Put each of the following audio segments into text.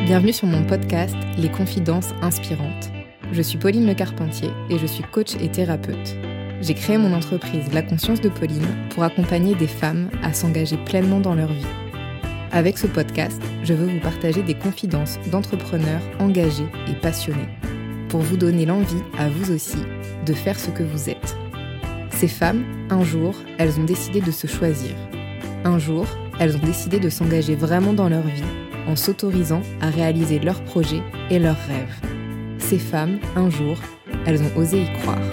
Bienvenue sur mon podcast Les Confidences Inspirantes. Je suis Pauline Le Carpentier et je suis coach et thérapeute. J'ai créé mon entreprise La Conscience de Pauline pour accompagner des femmes à s'engager pleinement dans leur vie. Avec ce podcast, je veux vous partager des confidences d'entrepreneurs engagés et passionnés pour vous donner l'envie, à vous aussi, de faire ce que vous êtes. Ces femmes, un jour, elles ont décidé de se choisir. Un jour, elles ont décidé de s'engager vraiment dans leur vie en s'autorisant à réaliser leurs projets et leurs rêves. Ces femmes, un jour, elles ont osé y croire.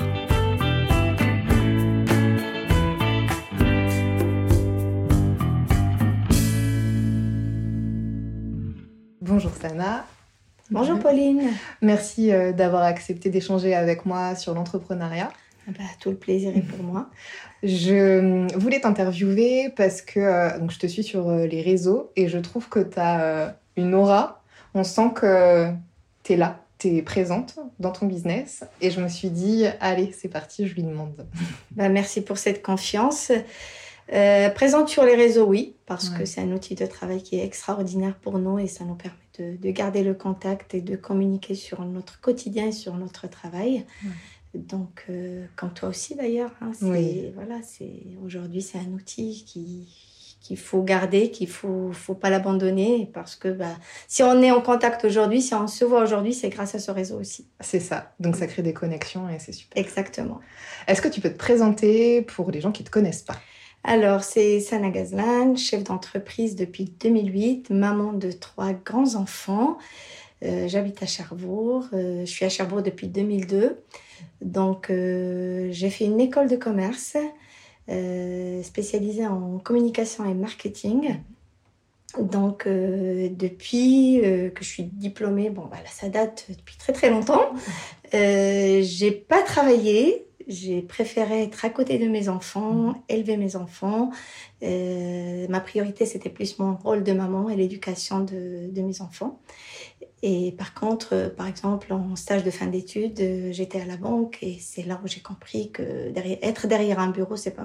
Bonjour Sana. Bonjour Pauline. Merci d'avoir accepté d'échanger avec moi sur l'entrepreneuriat. Tout le plaisir est pour moi. Je voulais t'interviewer parce que donc je te suis sur les réseaux et je trouve que tu as une aura. On sent que tu es là, tu es présente dans ton business. Et je me suis dit, allez, c'est parti, je lui demande. Merci pour cette confiance. Présente sur les réseaux, oui, parce que c'est un outil de travail qui est extraordinaire pour nous et ça nous permet de garder le contact et de communiquer sur notre quotidien et sur notre travail. Ouais. Donc, comme toi aussi d'ailleurs, aujourd'hui c'est un outil qu'il faut garder, qu'il faut pas l'abandonner parce que si on est en contact aujourd'hui, si on se voit aujourd'hui, c'est grâce à ce réseau aussi. C'est ça, donc ça crée des connexions et c'est super. Exactement. Est-ce que tu peux te présenter pour les gens qui ne te connaissent pas ? Alors, c'est Sana Gazlan, chef d'entreprise depuis 2008, maman de 3 grands enfants. J'habite à Cherbourg, je suis à Cherbourg depuis 2002. Donc, j'ai fait une école de commerce spécialisée en communication et marketing. Donc, depuis que je suis diplômée, ça date depuis très très longtemps. J'ai pas travaillé. J'ai préféré être à côté de mes enfants, élever mes enfants. Ma priorité, c'était plus mon rôle de maman et l'éducation de mes enfants. Et par contre, par exemple, en stage de fin d'études, j'étais à la banque et c'est là où j'ai compris que être derrière un bureau, c'est pas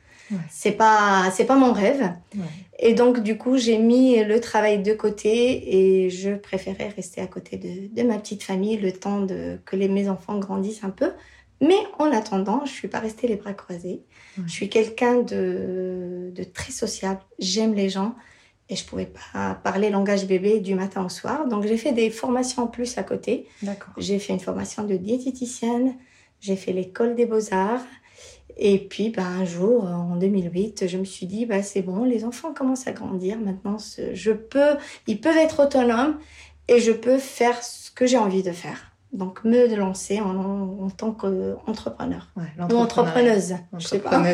mon rêve. Ouais. Et donc, du coup, j'ai mis le travail de côté et je préférais rester à côté de ma petite famille le temps que mes enfants grandissent un peu. Mais en attendant, je suis pas restée les bras croisés. Ouais. Je suis quelqu'un de très sociable. J'aime les gens et je pouvais pas parler langage bébé du matin au soir. Donc, j'ai fait des formations en plus à côté. D'accord. J'ai fait une formation de diététicienne. J'ai fait l'école des beaux-arts. Et puis, un jour, en 2008, je me suis dit, c'est bon, les enfants commencent à grandir. Maintenant, ils peuvent être autonomes et je peux faire ce que j'ai envie de faire. Donc, me lancer en tant qu'entrepreneur. Ou entrepreneuse. Je sais pas.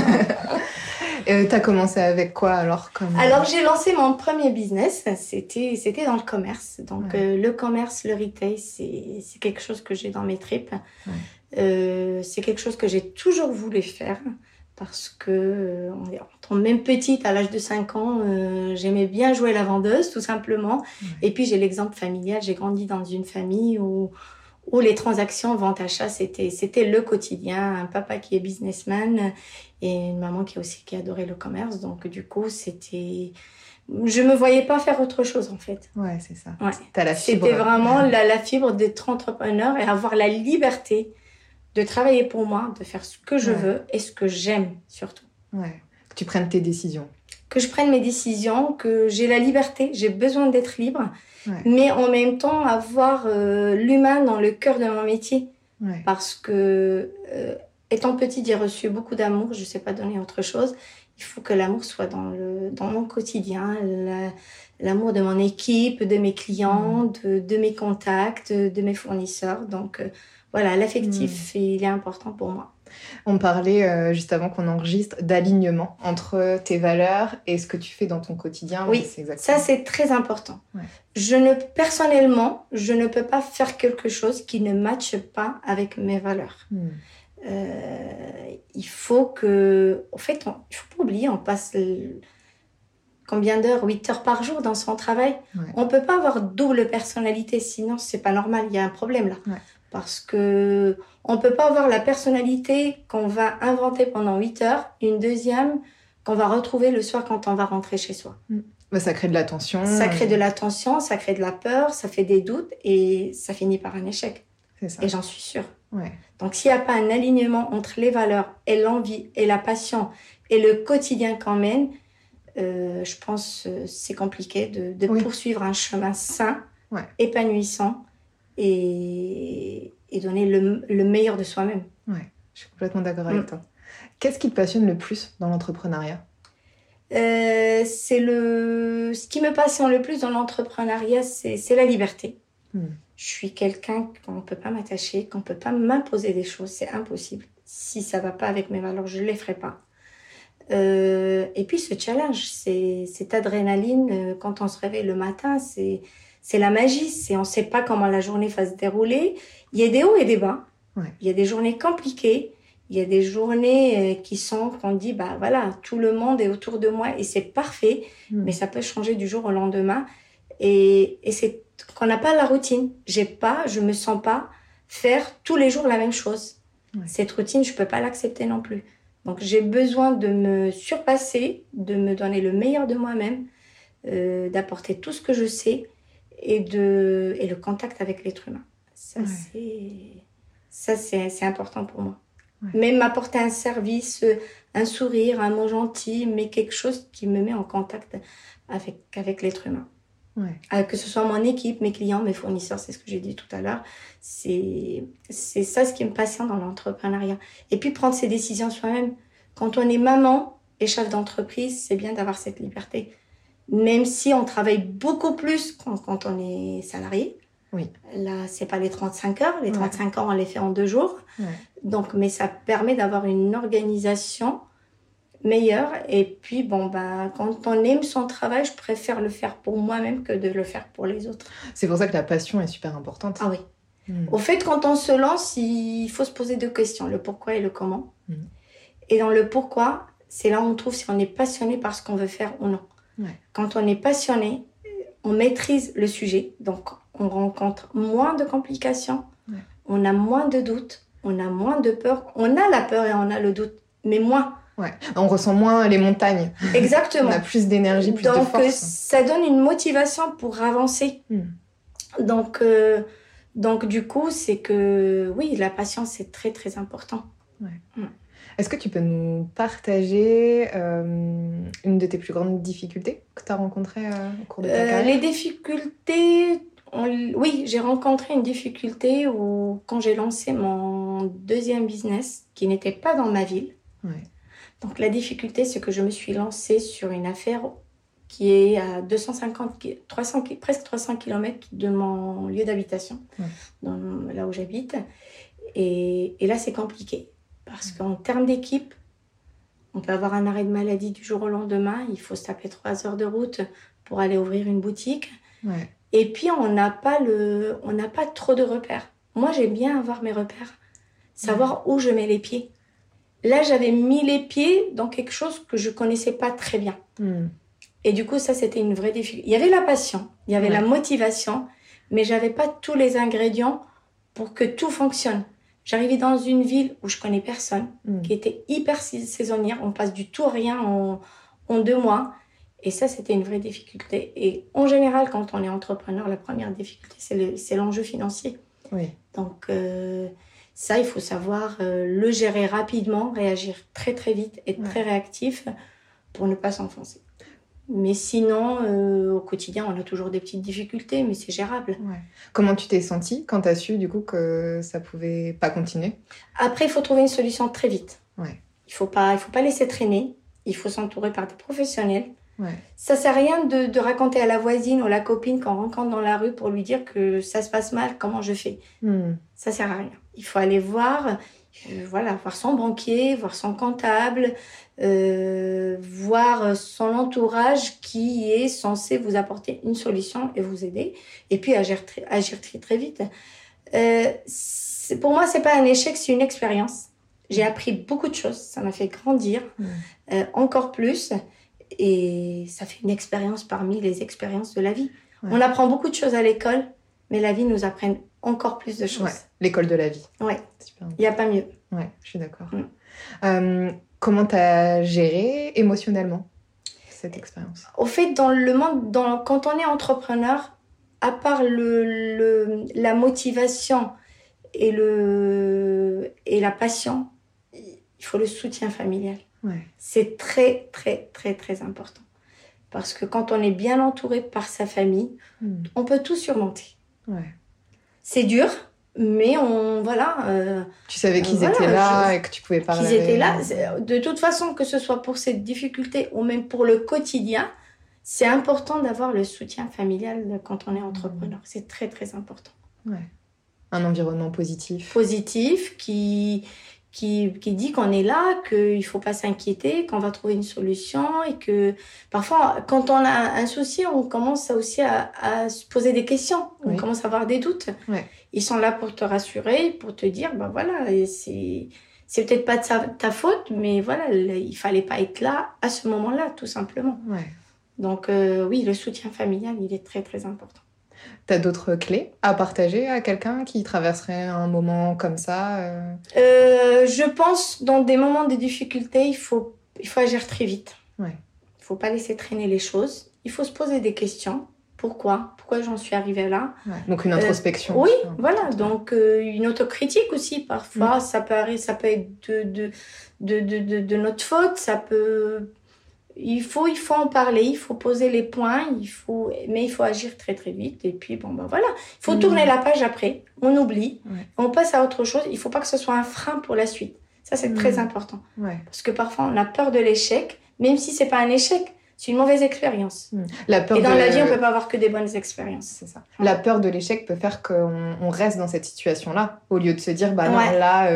T'as commencé avec quoi alors Alors, j'ai lancé mon premier business. C'était dans le commerce. Donc, le commerce, le retail, c'est quelque chose que j'ai dans mes tripes. Ouais. C'est quelque chose que j'ai toujours voulu faire. Parce que, en même petite, à l'âge de 5 ans, j'aimais bien jouer la vendeuse, tout simplement. Ouais. Et puis, j'ai l'exemple familial. J'ai grandi dans une famille où les transactions, vente-achat, c'était le quotidien. Un papa qui est businessman et une maman qui adorait le commerce. Donc, du coup, je me voyais pas faire autre chose, en fait. Ouais, c'est ça. Ouais. T'as la fibre. C'était vraiment la fibre d'être entrepreneur et avoir la liberté de travailler pour moi, de faire ce que je veux et ce que j'aime surtout. Ouais, que tu prennes tes décisions. Que je prenne mes décisions, que j'ai la liberté, j'ai besoin d'être libre, mais en même temps avoir l'humain dans le cœur de mon métier. Ouais. Parce que, étant petite, j'ai reçu beaucoup d'amour, je ne sais pas donner autre chose. Il faut que l'amour soit dans mon quotidien, l'amour de mon équipe, de mes clients, de mes contacts, de mes fournisseurs. Donc, l'affectif, il est important pour moi. On parlait, juste avant qu'on enregistre, d'alignement entre tes valeurs et ce que tu fais dans ton quotidien. Oui, ça c'est très important. Ouais. Personnellement, je ne peux pas faire quelque chose qui ne matche pas avec mes valeurs. Il faut que... En fait, il faut pas oublier, on passe... Combien d'heures? 8 heures par jour dans son travail. Ouais. On peut pas avoir double personnalité, sinon c'est pas normal, il y a un problème là. Ouais. Parce que on peut pas avoir la personnalité qu'on va inventer pendant 8 heures, une deuxième qu'on va retrouver le soir quand on va rentrer chez soi. Bah, ça crée de la tension. Ça crée de la tension, ça crée de la peur, ça fait des doutes et ça finit par un échec. C'est ça. Et j'en suis sûre. Ouais. Donc, s'il n'y a pas un alignement entre les valeurs et l'envie et la passion et le quotidien qu'on mène, je pense que c'est compliqué de poursuivre un chemin sain, épanouissant et donner le meilleur de soi-même. Ouais, je suis complètement d'accord avec toi. Qu'est-ce qui te passionne le plus dans l'entrepreneuriat ? Ce qui me passionne le plus dans l'entrepreneuriat, c'est la liberté. Je suis quelqu'un qu'on ne peut pas m'attacher, qu'on ne peut pas m'imposer des choses, c'est impossible. Si ça ne va pas avec mes valeurs, je ne les ferai pas. Et puis ce challenge, cette adrénaline, quand on se réveille le matin, c'est la magie. On ne sait pas comment la journée va se dérouler. Il y a des hauts et des bas. Ouais. Il y a des journées compliquées. Il y a des journées qu'on dit, bah voilà, tout le monde est autour de moi et c'est parfait, mais ça peut changer du jour au lendemain. Et c'est qu'on n'a pas la routine. Je me sens pas faire tous les jours la même chose. Ouais. Cette routine, je peux pas l'accepter non plus. Donc, j'ai besoin de me surpasser, de me donner le meilleur de moi-même, d'apporter tout ce que je sais et le contact avec l'être humain. Ça, c'est important pour moi. Ouais. Même m'apporter un service, un sourire, un mot gentil, mais quelque chose qui me met en contact avec l'être humain. Ouais. Que ce soit mon équipe, mes clients, mes fournisseurs, c'est ce que j'ai dit tout à l'heure. C'est ça ce qui me passionne dans l'entrepreneuriat. Et puis prendre ses décisions soi-même. Quand on est maman et chef d'entreprise, c'est bien d'avoir cette liberté. Même si on travaille beaucoup plus quand on est salarié. Oui. Là, c'est pas les 35 heures. Les 35 heures, on les fait en 2 jours. Ouais. Donc, mais ça permet d'avoir une organisation meilleure. Et puis, quand on aime son travail, je préfère le faire pour moi-même que de le faire pour les autres. C'est pour ça que la passion est super importante. Ah oui. Au fait, quand on se lance, il faut se poser 2 questions, le pourquoi et le comment. Et dans le pourquoi, c'est là où on trouve si on est passionné par ce qu'on veut faire ou non. Ouais. Quand on est passionné, on maîtrise le sujet. Donc, on rencontre moins de complications, on a moins de doutes, on a moins de peur. On a la peur et on a le doute, mais moins. Ouais. On ressent moins les montagnes. Exactement. On a plus d'énergie, plus de force. Donc, ça donne une motivation pour avancer. Donc, du coup, c'est que, oui, la patience, c'est très, très important. Ouais. Est-ce que tu peux nous partager une de tes plus grandes difficultés que tu as rencontrées au cours de ta carrière ? Les difficultés... Oui, j'ai rencontré une difficulté quand j'ai lancé mon 2e business, qui n'était pas dans ma ville. Ouais. Donc, la difficulté, c'est que je me suis lancée sur une affaire qui est à presque 300 km de mon lieu d'habitation, là où j'habite. Et là, c'est compliqué. Parce qu'en termes d'équipe, on peut avoir un arrêt de maladie du jour au lendemain. Il faut se taper 3 heures de route pour aller ouvrir une boutique. Ouais. Et puis, on n'a pas trop de repères. Moi, j'aime bien avoir mes repères. Savoir où je mets les pieds. Là, j'avais mis les pieds dans quelque chose que je ne connaissais pas très bien. Et du coup, ça, c'était une vraie difficulté. Il y avait la passion, il y avait la motivation, mais je n'avais pas tous les ingrédients pour que tout fonctionne. J'arrivais dans une ville où je ne connais personne, qui était hyper saisonnière. On passe du tout à rien en 2 mois. Et ça, c'était une vraie difficulté. Et en général, quand on est entrepreneur, la première difficulté, c'est l'enjeu financier. Oui. Donc, ça, il faut savoir le gérer rapidement, réagir très, très vite, être très réactif pour ne pas s'enfoncer. Mais sinon, au quotidien, on a toujours des petites difficultés, mais c'est gérable. Ouais. Comment tu t'es sentie quand tu as su, du coup, que ça pouvait pas continuer ? Après, il faut trouver une solution très vite. Ouais. Il faut pas laisser traîner. Il faut s'entourer par des professionnels. Ouais. Ça sert à rien de raconter à la voisine ou la copine quand on rencontre dans la rue pour lui dire que ça se passe mal, comment je fais. Ça sert à rien. Il faut aller voir son banquier, voir son comptable, voir son entourage qui est censé vous apporter une solution et vous aider. Et puis agir très, très vite. Pour moi, c'est pas un échec, c'est une expérience. J'ai appris beaucoup de choses. Ça m'a fait grandir encore plus. Et ça fait une expérience parmi les expériences de la vie. Ouais. On apprend beaucoup de choses à l'école, mais la vie nous apprend encore plus de choses. Ouais, l'école de la vie. Ouais, il n'y a pas mieux. Ouais, je suis d'accord. Comment tu as géré émotionnellement cette expérience? Au fait, dans le monde, quand on est entrepreneur, à part la motivation et la passion, il faut le soutien familial. Ouais. C'est très, très, très, très important. Parce que quand on est bien entouré par sa famille, on peut tout surmonter. Ouais. C'est dur, mais tu savais qu'ils étaient là et que tu pouvais parler. Qu'ils étaient là. De toute façon, que ce soit pour cette difficulté ou même pour le quotidien, c'est important d'avoir le soutien familial quand on est entrepreneur. C'est très, très important. Ouais. Un environnement positif. Positif, qui dit qu'on est là, qu'il ne faut pas s'inquiéter, qu'on va trouver une solution et que parfois, quand on a un souci, on commence aussi à se poser des questions. On commence à avoir des doutes. Ouais. Ils sont là pour te rassurer, pour te dire, c'est peut-être pas de ta faute, mais voilà, il fallait pas être là à ce moment-là, tout simplement. Ouais. Donc oui, le soutien familial, il est très, très important. T'as d'autres clés à partager à quelqu'un qui traverserait un moment comme ça Je pense, dans des moments de difficulté, il faut agir très vite. Ouais. Il faut pas laisser traîner les choses. Il faut se poser des questions. Pourquoi j'en suis arrivée là? Ouais. Donc une introspection. Oui, voilà. Donc une autocritique aussi. Parfois, ça peut être de notre faute. Ça peut... Il faut en parler, il faut poser les points, mais il faut agir très très vite. Et puis voilà, il faut tourner la page après, on oublie, on passe à autre chose. Il faut pas que ce soit un frein pour la suite. Ça, c'est très important. Ouais. Parce que parfois, on a peur de l'échec, même si c'est pas un échec, c'est une mauvaise expérience. La vie, on peut pas avoir que des bonnes expériences. C'est ça. La peur de l'échec peut faire qu'on reste dans cette situation-là, au lieu de se dire, non, là,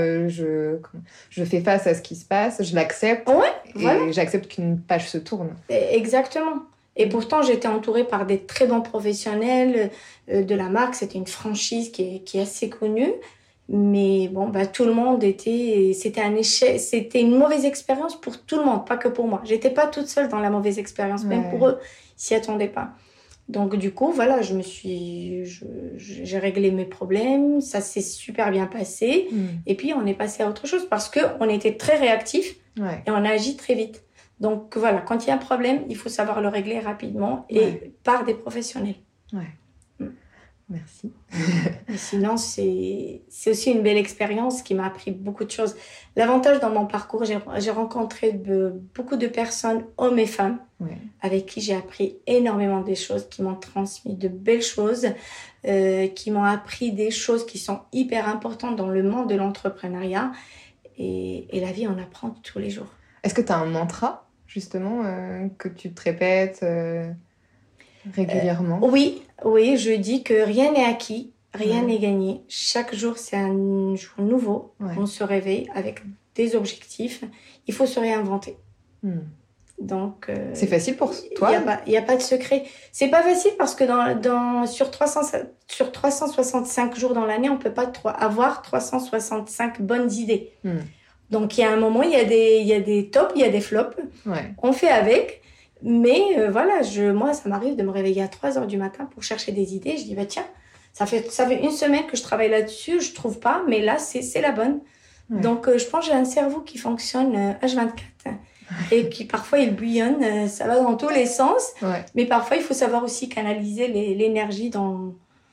je fais face à ce qui se passe, je l'accepte, et j'accepte qu'une page se tourne. Exactement. Et pourtant, j'étais entourée par des très bons professionnels de la marque. C'était une franchise qui est assez connue. Mais tout le monde c'était un échec, c'était une mauvaise expérience pour tout le monde, pas que pour moi. J'étais pas toute seule dans la mauvaise expérience, même pour eux, ils s'y attendaient pas. Donc du coup, voilà, j'ai réglé mes problèmes, ça s'est super bien passé, et puis on est passé à autre chose parce que on était très réactifs et on a agi très vite. Donc voilà, quand il y a un problème, il faut savoir le régler rapidement et par des professionnels. Ouais. Merci. Mais sinon, c'est aussi une belle expérience qui m'a appris beaucoup de choses. L'avantage dans mon parcours, j'ai rencontré beaucoup de personnes, hommes et femmes, avec qui j'ai appris énormément de choses, qui m'ont transmis de belles choses, qui m'ont appris des choses qui sont hyper importantes dans le monde de l'entrepreneuriat. Et la vie, on apprend tous les jours. Est-ce que tu as un mantra, justement, que tu te répètes régulièrement? Oui, je dis que rien n'est acquis, rien n'est gagné. Chaque jour, c'est un jour nouveau. On se réveille avec des objectifs. Il faut se réinventer. Donc, c'est facile pour toi? Il n'y a pas de secret. C'est pas facile parce que sur 365 jours dans l'année, on ne peut pas avoir 365 bonnes idées. Donc, il y a un moment, il y a des tops, il y a des flops. On fait avec. Mais moi, ça m'arrive de me réveiller à 3h du matin pour chercher des idées. Je dis, tiens, ça fait une semaine que je travaille là-dessus, je trouve pas, mais là, c'est la bonne. Donc, je pense que j'ai un cerveau qui fonctionne H24 et qui, parfois, il bouillonne, ça va dans tous les sens. Mais parfois, il faut savoir aussi canaliser l'énergie dans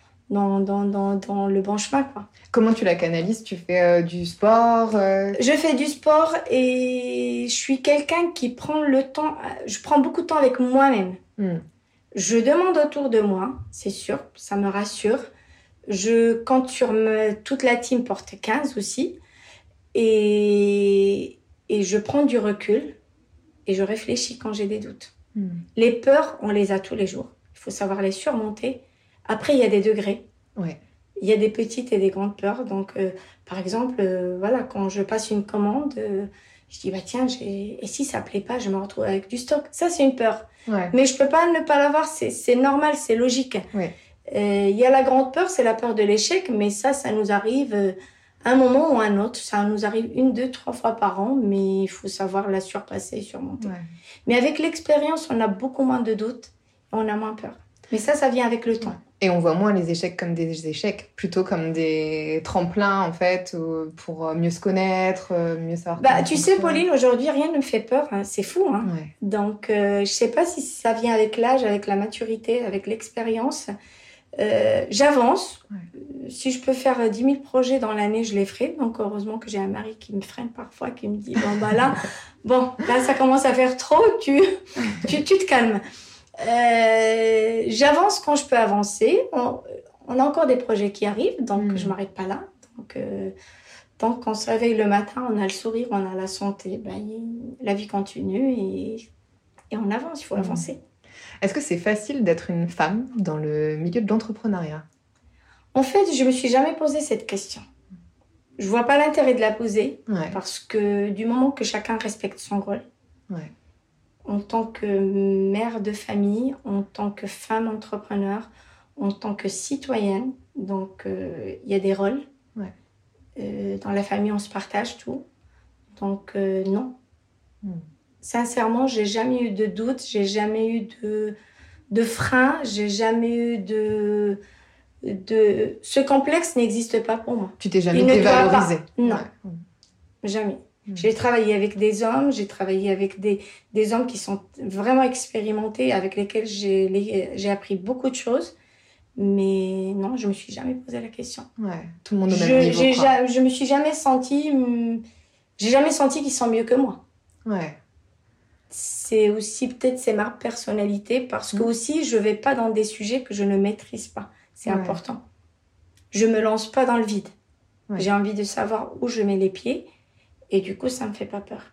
le bon chemin, quoi. Comment tu la canalises? Tu fais du sport Je fais du sport et je suis quelqu'un qui prend le temps. Je prends beaucoup de temps avec moi-même. Je demande autour de moi, c'est sûr, ça me rassure. Je compte sur toute la team porte 15 aussi. Et je prends du recul et je réfléchis quand j'ai des doutes. Les peurs, on les a tous les jours. Il faut savoir les surmonter. Après, il y a des degrés. Il y a des petites et des grandes peurs. Donc, par exemple, quand je passe une commande, je dis, tiens, et si ça ne plaît pas, je me retrouve avec du stock. Ça, c'est une peur. Mais je ne peux pas ne pas l'avoir. C'est normal, c'est logique. Il y a la grande peur, c'est la peur de l'échec. Mais ça nous arrive un moment ou un autre. Ça nous arrive 1, 2, 3 fois par an. Mais il faut savoir la surpasser et surmonter. Mais avec l'expérience, on a beaucoup moins de doutes et on a moins peur. Mais ça vient avec le temps. Et on voit moins les échecs comme des échecs, plutôt comme des tremplins, en fait, pour mieux se connaître, mieux savoir... Tu sais, Pauline, aujourd'hui, rien ne me fait peur. Hein. C'est fou. Hein. Ouais. Donc, je sais pas si ça vient avec l'âge, avec la maturité, avec l'expérience. J'avance. Ouais. Si je peux faire 10 000 projets dans l'année, je les ferai. Donc, heureusement que j'ai un mari qui me freine parfois, qui me dit, là, ça commence à faire trop, tu te calmes. J'avance quand je peux avancer. On a encore des projets qui arrivent, donc je m'arrête pas là. Donc, tant qu'on se réveille le matin, on a le sourire, on a la santé, la vie continue et on avance, il faut avancer. Est-ce que c'est facile d'être une femme dans le milieu de l'entrepreneuriat ? En fait, je me suis jamais posé cette question. Je vois pas l'intérêt de la poser, parce que du moment que chacun respecte son rôle, en tant que mère de famille, en tant que femme entrepreneur, en tant que citoyenne, donc il y a des rôles. Dans la famille, on se partage tout. Donc non. Sincèrement, j'ai jamais eu de doute, j'ai jamais eu de frein, j'ai jamais eu de... Ce complexe n'existe pas pour moi. Tu t'es jamais dévalorisée? Non, jamais. J'ai travaillé avec des hommes, j'ai travaillé avec des hommes qui sont vraiment expérimentés, avec lesquels j'ai appris beaucoup de choses. Mais non, je me suis jamais posé la question. Tout le monde au même niveau. Je me suis jamais sentie... J'ai jamais senti qu'ils sont mieux que moi. C'est aussi, peut-être, c'est ma personnalité, parce que aussi, je vais pas dans des sujets que je ne maîtrise pas. C'est important. Je me lance pas dans le vide. J'ai envie de savoir où je mets les pieds. Et du coup, ça me fait pas peur.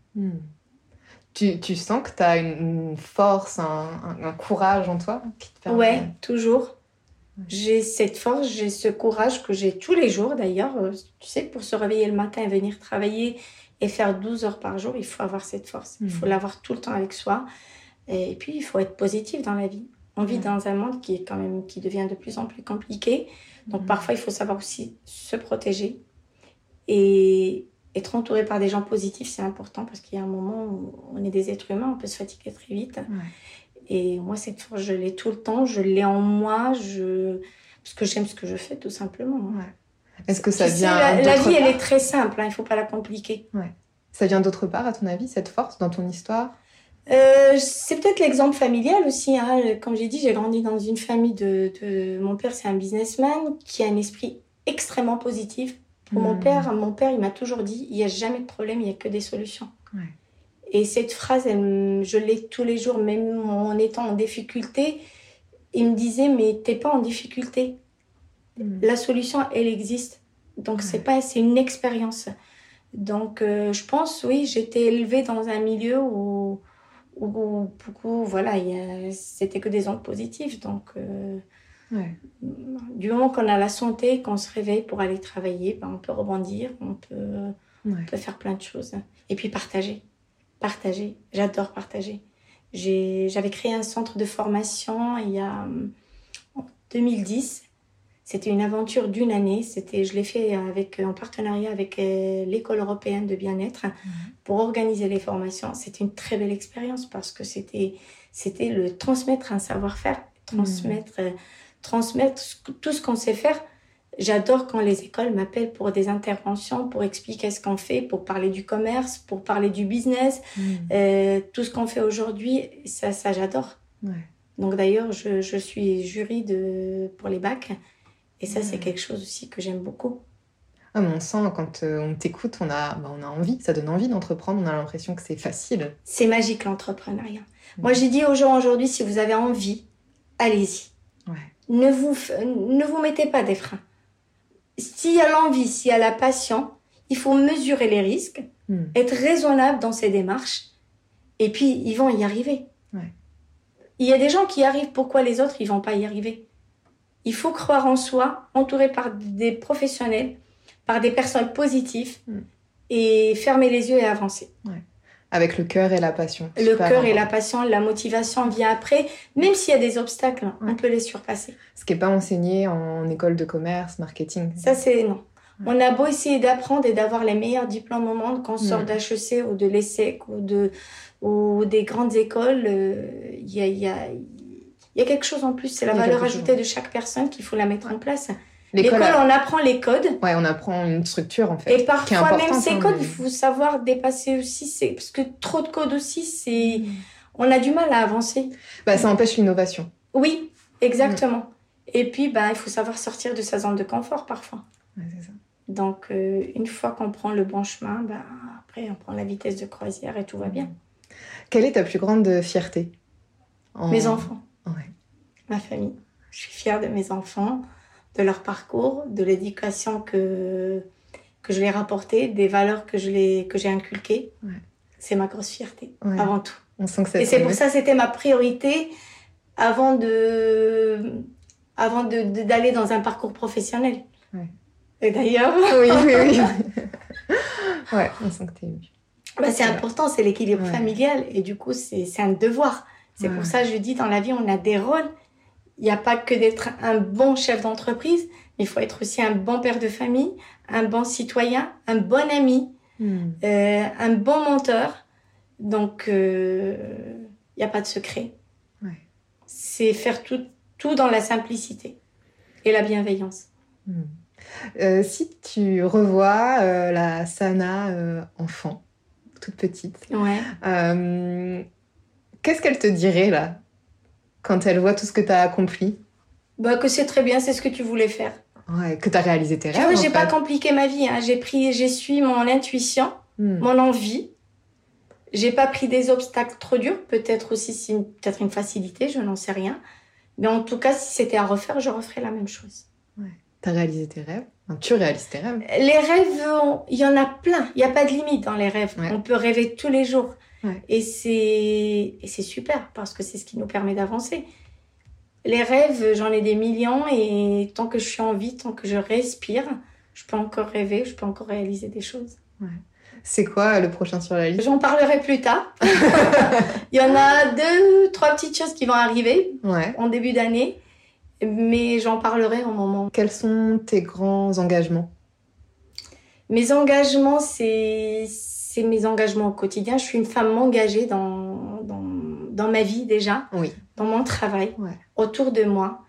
Tu sens que tu as une force, un courage en toi qui te permet... Ouais, toujours. J'ai cette force, j'ai ce courage que j'ai tous les jours d'ailleurs. Tu sais, pour se réveiller le matin et venir travailler et faire 12 heures par jour, il faut avoir cette force. Il faut l'avoir tout le temps avec soi. Et puis, il faut être positif dans la vie. On vit dans un monde qui devient de plus en plus compliqué. Donc, parfois, il faut savoir aussi se protéger. Et être entouré par des gens positifs, c'est important, parce qu'il y a un moment où on est des êtres humains, on peut se fatiguer très vite. Et moi, cette force, je l'ai tout le temps, je l'ai en moi, parce que j'aime ce que je fais, tout simplement. Est-ce que ça vient la vie, elle est très simple, il ne faut pas la compliquer. Ça vient d'autre part, à ton avis, cette force, dans ton histoire? C'est peut-être l'exemple familial aussi. Hein. Comme j'ai dit, j'ai grandi dans une famille de... Mon père, c'est un businessman qui a un esprit extrêmement positif. Pour mon père, il m'a toujours dit, il n'y a jamais de problème, il n'y a que des solutions. Et cette phrase, je l'ai tous les jours, même en étant en difficulté. Il me disait, mais t'es pas en difficulté. La solution, elle existe. Donc, c'est une expérience. Donc, je pense, oui, j'étais élevée dans un milieu où beaucoup, c'était que des ondes positives. Donc, du moment qu'on a la santé, qu'on se réveille pour aller travailler, on peut rebondir, on peut faire plein de choses. Et puis, partager. J'adore partager. J'avais créé un centre de formation en 2010. C'était une aventure d'1 année. Je l'ai fait en partenariat avec l'école européenne de bien-être pour organiser les formations. C'était une très belle expérience, parce que c'était le transmettre un savoir-faire, transmettre tout ce qu'on sait faire. J'adore quand les écoles m'appellent pour des interventions, pour expliquer ce qu'on fait, pour parler du commerce, pour parler du business. Tout ce qu'on fait aujourd'hui, ça j'adore. Donc d'ailleurs, je suis jury pour les bacs. Et ça, c'est quelque chose aussi que j'aime beaucoup. Ah, mais on sent, quand on t'écoute, on a envie, ça donne envie d'entreprendre, on a l'impression que c'est facile. C'est magique, l'entrepreneuriat. Moi, j'ai dit aux gens aujourd'hui, si vous avez envie, allez-y. Ne vous mettez pas des freins. S'il y a l'envie, s'il y a la passion, il faut mesurer les risques, être raisonnable dans ses démarches, et puis ils vont y arriver. Il y a des gens qui y arrivent, pourquoi les autres, ils vont pas y arriver? Il faut croire en soi, entouré par des professionnels, par des personnes positives, et fermer les yeux et avancer. Avec le cœur et la passion. Le cœur et la passion, la motivation vient après. Même s'il y a des obstacles, on peut les surpasser. Ce qui n'est pas enseigné en école de commerce, marketing. Ça, c'est non. On a beau essayer d'apprendre et d'avoir les meilleurs diplômes au monde, qu'on sort d'HEC ou de l'ESSEC ou des grandes écoles, il y Il y a quelque chose en plus, c'est la valeur ajoutée de chaque personne qu'il faut la mettre en place. L'école, on apprend les codes. Ouais, on apprend une structure, en fait. Et parfois, même ces codes, il faut savoir dépasser aussi. Parce que trop de codes aussi, on a du mal à avancer. Ça empêche l'innovation. Oui, exactement. Et puis, il faut savoir sortir de sa zone de confort, parfois. Ouais, c'est ça. Donc, une fois qu'on prend le bon chemin, après, on prend la vitesse de croisière et tout va bien. Quelle est ta plus grande fierté? Mes enfants. Ouais. Ma famille. Je suis fière de mes enfants, de leur parcours, de l'éducation que je leur ai apportée, des valeurs que j'ai inculquées. Ouais. C'est ma grosse fierté, avant tout. On sent que ça. Et c'est pour ça que c'était ma priorité avant d'aller dans un parcours professionnel. Ouais. Et d'ailleurs... Oui. Ouais, on sent que t'es... c'est important, c'est l'équilibre familial. Et du coup, c'est un devoir. C'est pour ça que je dis, dans la vie, on a des rôles. Il n'y a pas que d'être un bon chef d'entreprise, mais il faut être aussi un bon père de famille, un bon citoyen, un bon ami, un bon menteur. Donc, il n'y a pas de secret. Ouais. C'est faire tout dans la simplicité et la bienveillance. Si tu revois la Sana enfant, toute petite, qu'est-ce qu'elle te dirait là, quand elle voit tout ce que tu as accompli? Que c'est très bien, c'est ce que tu voulais faire. Ouais, que tu as réalisé tes rêves. Tu vois, j'ai pas compliqué ma vie. Hein. J'ai suivi mon intuition, mon envie. J'ai pas pris des obstacles trop durs. Peut-être aussi peut-être une facilité, je n'en sais rien. Mais en tout cas, si c'était à refaire, je referais la même chose. Ouais. T'as réalisé tes rêves? Tu réalises tes rêves? Les rêves, il y en a plein. Il n'y a pas de limite dans les rêves. Ouais. On peut rêver tous les jours. Ouais. Et c'est super parce que c'est ce qui nous permet d'avancer. Les rêves, j'en ai des millions et tant que je suis en vie, tant que je respire, je peux encore rêver, je peux encore réaliser des choses. Ouais. C'est quoi le prochain sur la liste? J'en parlerai plus tard. Il y en a 2-3 petites choses qui vont arriver en début d'année, mais j'en parlerai au moment. Quels sont tes grands engagements? Mes engagements, c'est mes engagements au quotidien. Je suis une femme engagée dans ma vie déjà, dans mon travail, autour de moi.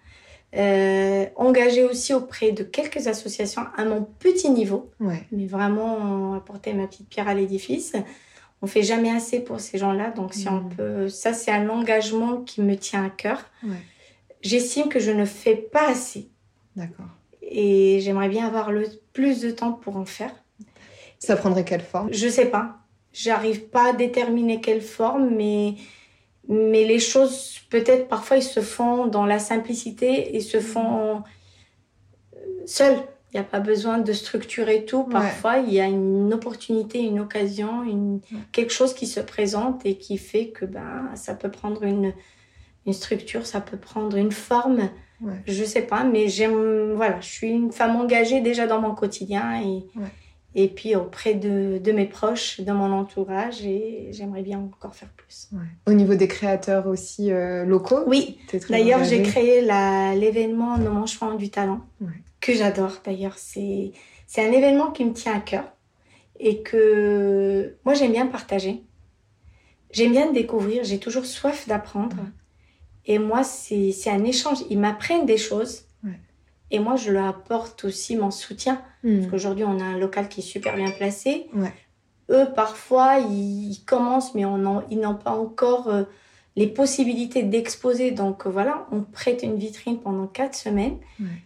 Engagée aussi auprès de quelques associations à mon petit niveau, mais vraiment apporter ma petite pierre à l'édifice. On fait jamais assez pour ces gens-là, donc si on peut, ça c'est un engagement qui me tient à cœur. J'estime que je ne fais pas assez. D'accord. Et j'aimerais bien avoir le plus de temps pour en faire. Ça prendrait quelle forme? Je sais pas. J'arrive pas à déterminer quelle forme, mais les choses, peut-être, parfois, ils se font dans la simplicité et se font seuls. Il n'y a pas besoin de structurer tout. Parfois, il y a une opportunité, une occasion, quelque chose qui se présente et qui fait que ça peut prendre une structure, ça peut prendre une forme. Je sais pas, mais je suis une femme engagée déjà dans mon quotidien et puis auprès de mes proches, de mon entourage, et j'aimerais bien encore faire plus. Au niveau des créateurs aussi locaux? Oui, d'ailleurs j'ai créé l'événement Nos Manchements du Talent, que j'adore d'ailleurs. C'est un événement qui me tient à cœur et que moi j'aime bien partager. J'aime bien découvrir, j'ai toujours soif d'apprendre. Et moi, c'est un échange. Ils m'apprennent des choses. Et moi, je leur apporte aussi mon soutien. Parce qu'aujourd'hui, on a un local qui est super bien placé. Eux, parfois, ils commencent, mais ils n'ont pas encore les possibilités d'exposer. Donc voilà, on prête une vitrine pendant 4 semaines.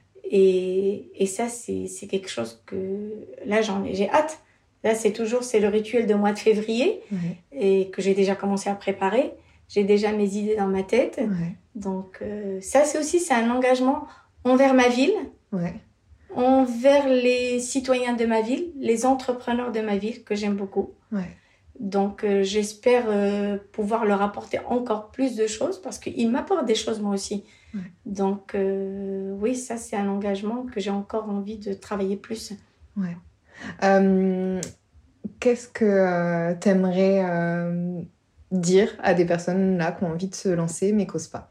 Et ça, c'est quelque chose que... Là, j'ai hâte. Là, c'est le rituel de mois de février et que j'ai déjà commencé à préparer. J'ai déjà mes idées dans ma tête. Donc, ça, c'est un engagement envers ma ville, envers les citoyens de ma ville, les entrepreneurs de ma ville, que j'aime beaucoup. Donc, j'espère pouvoir leur apporter encore plus de choses parce qu'ils m'apportent des choses moi aussi. Donc, oui, ça, c'est un engagement que j'ai encore envie de travailler plus. Qu'est-ce que t'aimerais dire à des personnes là qui ont envie de se lancer mais qui n'osent pas?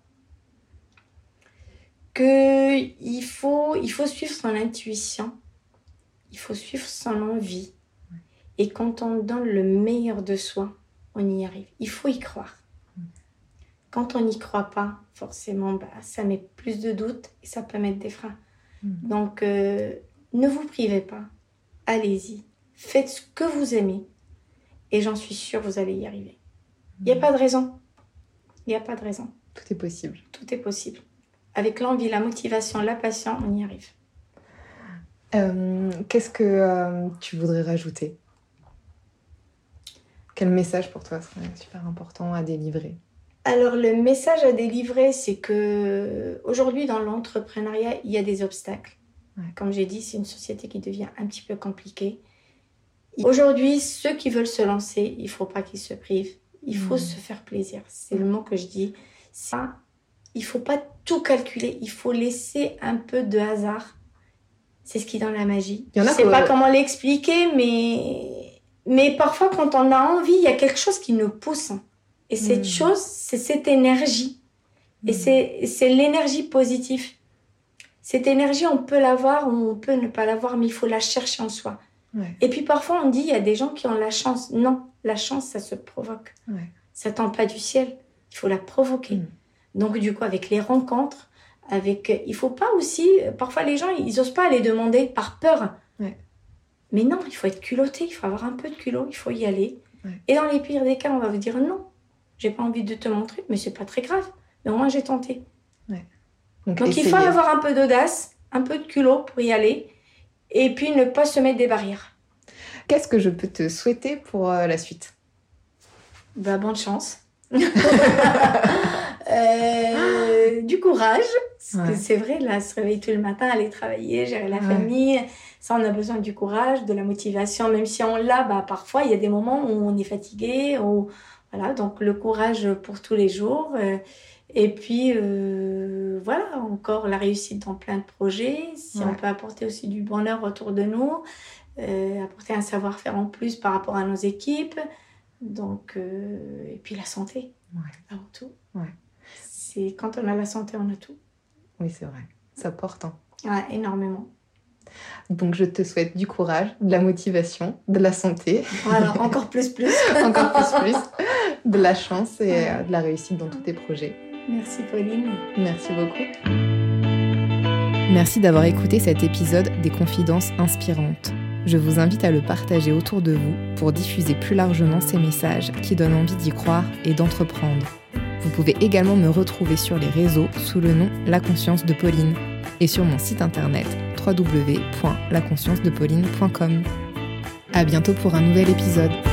Qu'il faut suivre son intuition, il faut suivre son envie. Et quand on donne le meilleur de soi, on y arrive. Il faut y croire. quand on n'y croit pas, forcément, ça met plus de doutes et ça peut mettre des freins. Donc, ne vous privez pas. Allez-y. Faites ce que vous aimez. Et j'en suis sûre, vous allez y arriver. Il n'y a pas de raison. Il n'y a pas de raison. Tout est possible. Tout est possible. Avec l'envie, la motivation, la passion, on y arrive. Qu'est-ce que tu voudrais rajouter ? Quel message pour toi serait super important à délivrer ? Alors, le message à délivrer, c'est que aujourd'hui, dans l'entrepreneuriat, il y a des obstacles. Ouais. Comme j'ai dit, c'est une société qui devient un petit peu compliquée. Aujourd'hui, ceux qui veulent se lancer, il ne faut pas qu'ils se privent. Il faut se faire plaisir. C'est le mot que je dis. Il ne faut pas tout calculer. Il faut laisser un peu de hasard. C'est ce qui donne la magie. Je ne sais pas comment l'expliquer, mais parfois, quand on a envie, il y a quelque chose qui nous pousse. Et cette chose, c'est cette énergie. Et c'est l'énergie positive. Cette énergie, on peut l'avoir ou on peut ne pas l'avoir, mais il faut la chercher en soi. Ouais. Et puis parfois, on dit, il y a des gens qui ont la chance. Non, la chance, ça se provoque. Ouais. Ça ne tombe pas du ciel. Il faut la provoquer. Donc, du coup, avec les rencontres, il ne faut pas aussi... Parfois, les gens, ils n'osent pas aller demander par peur. Ouais. Mais non, il faut être culotté. Il faut avoir un peu de culot. Il faut y aller. Ouais. Et dans les pires des cas, on va vous dire non. J'ai pas envie de te montrer, mais c'est pas très grave. Mais au moins, j'ai tenté. Ouais. Donc il faut avoir un peu d'audace, un peu de culot pour y aller. Et puis, ne pas se mettre des barrières. Qu'est-ce que je peux te souhaiter pour la suite ? Bonne chance. Du courage. Parce que c'est vrai, là, se réveiller tout le matin, aller travailler, gérer la famille. Ça, on a besoin du courage, de la motivation. Même si on l'a, parfois, il y a des moments où on est fatigué. Voilà, donc le courage pour tous les jours. Et puis, voilà, encore la réussite dans plein de projets. Si on peut apporter aussi du bonheur autour de nous, apporter un savoir-faire en plus par rapport à nos équipes. Donc, et puis la santé, avant tout. Ouais. C'est, quand on a la santé, on a tout. Oui, c'est vrai. Ça porte. Ouais, énormément. Donc, je te souhaite du courage, de la motivation, de la santé. Voilà, encore plus. Encore plus. De la chance et de la réussite dans tous tes projets. Merci Pauline. Merci beaucoup. Merci d'avoir écouté cet épisode des Confidences inspirantes. Je vous invite à le partager autour de vous pour diffuser plus largement ces messages qui donnent envie d'y croire et d'entreprendre. Vous pouvez également me retrouver sur les réseaux sous le nom La Conscience de Pauline et sur mon site internet www.laconsciencedePauline.com. À bientôt pour un nouvel épisode.